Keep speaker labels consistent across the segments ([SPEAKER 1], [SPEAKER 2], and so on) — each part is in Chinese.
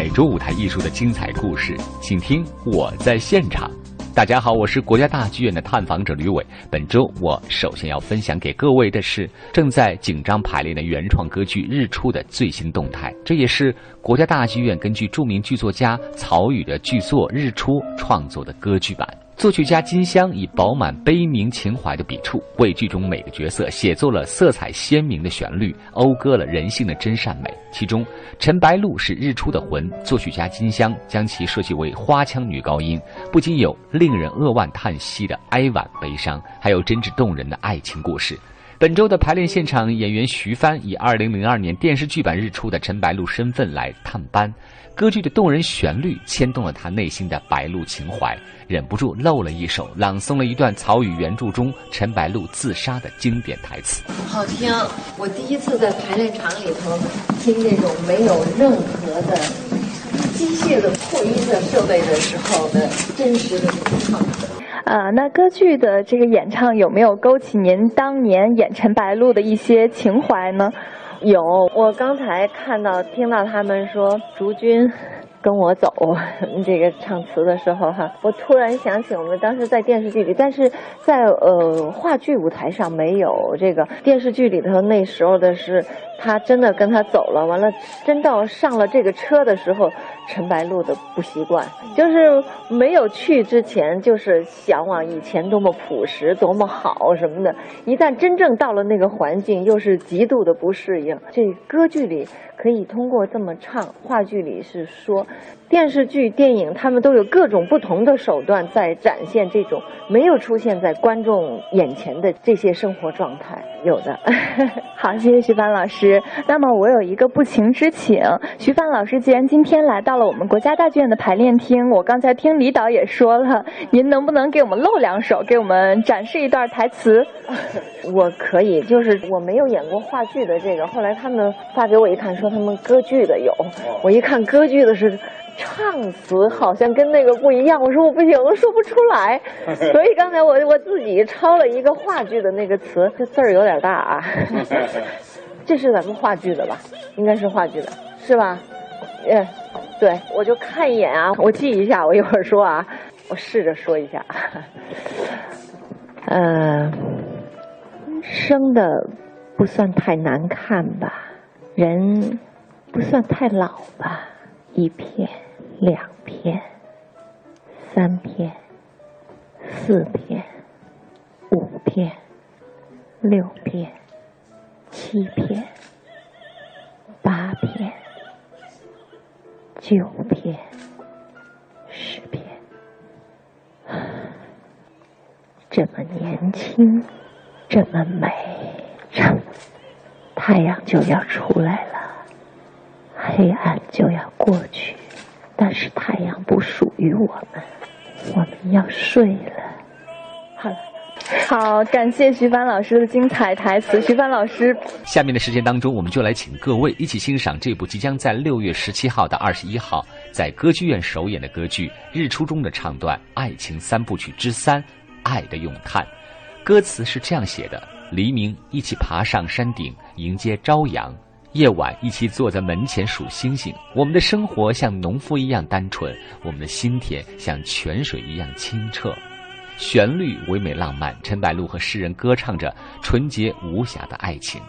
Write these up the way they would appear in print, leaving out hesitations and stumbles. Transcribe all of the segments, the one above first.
[SPEAKER 1] 每周舞台艺术的精彩故事，请听我在现场。大家好，我是国家大剧院的探访者吕伟。本周我首先要分享给各位的是正在紧张排练的原创歌剧《日出》的最新动态，这也是国家大剧院根据著名剧作家曹禺的剧作《日出》创作的歌剧版。作曲家金香以饱满悲鸣情怀的笔触，为剧中每个角色写作了色彩鲜明的旋律，讴歌了人性的真善美。其中，陈白露是日出的魂，作曲家金香将其设计为花腔女高音，不仅有令人扼腕叹息的哀婉悲伤，还有真挚动人的爱情故事。本周的排练现场，演员徐帆以2002年电视剧版《日出》的陈白露身份来探班，歌剧的动人旋律牵动了他内心的白露情怀，忍不住漏了一手，朗诵了一段曹禺原著中陈白露自杀的经典台词。
[SPEAKER 2] 好听！我第一次在排练场里头听这种没有任何的机械的扩音的设备的时候的真实的演唱。
[SPEAKER 3] 那歌剧的这个演唱有没有勾起您当年演陈白露的一些情怀呢？
[SPEAKER 2] 有，我刚才听到他们说竹君跟我走这个唱词的时候哈，我突然想起我们当时在电视剧里，但是在话剧舞台上没有这个，电视剧里头那时候的是他真的跟他走了，完了真到上了这个车的时候，陈白露的不习惯，就是没有去之前就是向往以前多么朴实多么好什么的，一旦真正到了那个环境又是极度的不适应。这歌剧里可以通过这么唱，话剧里是说，电视剧电影他们都有各种不同的手段在展现这种没有出现在观众眼前的这些生活状态，有的。
[SPEAKER 3] 好，谢谢徐帆老师。那么我有一个不情之请，徐帆老师既然今天来到了我们国家大剧院的排练厅，我刚才听李导也说了，您能不能给我们露两手，给我们展示一段台词？
[SPEAKER 2] 我可以，就是我没有演过话剧的这个，后来他们发给我一看，说他们歌剧的有，我一看歌剧的是唱词好像跟那个不一样，我说我不行，我说不出来，所以刚才我自己抄了一个话剧的那个词，这字儿有点大啊。这是咱们话剧的吧？应该是话剧的，是吧？对，我就看一眼啊，我记一下，我一会儿说啊，我试着说一下。生的不算太难看吧，人不算太老吧，1片、2片、3片、4片、5片、6片、7片、8片、9片、10片，这么年轻，这么美，太阳就要出来了，黑暗就要过去，但是太阳不属于我们，我们要睡了。好了。
[SPEAKER 3] 好，感谢徐帆老师的精彩台词。徐帆老师，
[SPEAKER 1] 下面的时间当中，我们就来请各位一起欣赏这部即将在6月17号到21号在歌剧院首演的歌剧《日出》中的唱段《爱情3部曲之3：爱的咏叹》。歌词是这样写的：黎明一起爬上山顶迎接朝阳，夜晚一起坐在门前数星星。我们的生活像农夫一样单纯，我们的心田像泉水一样清澈。旋律唯美浪漫，陈白露和诗人歌唱着纯洁无瑕的爱情。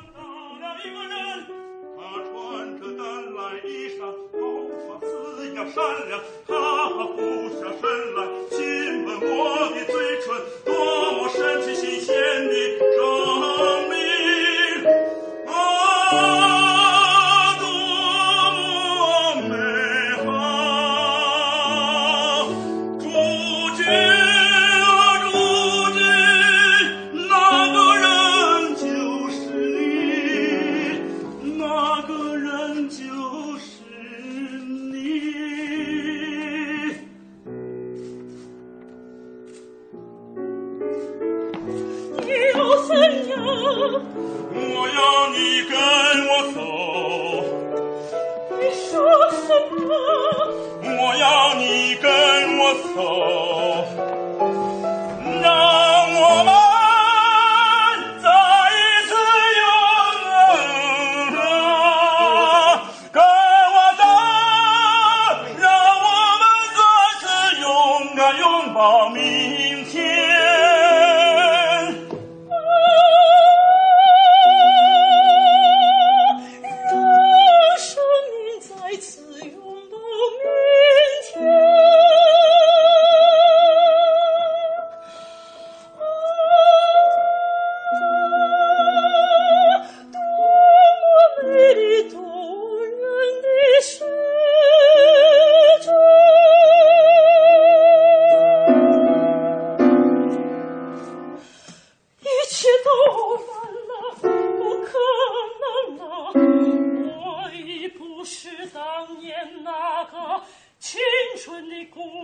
[SPEAKER 4] 的故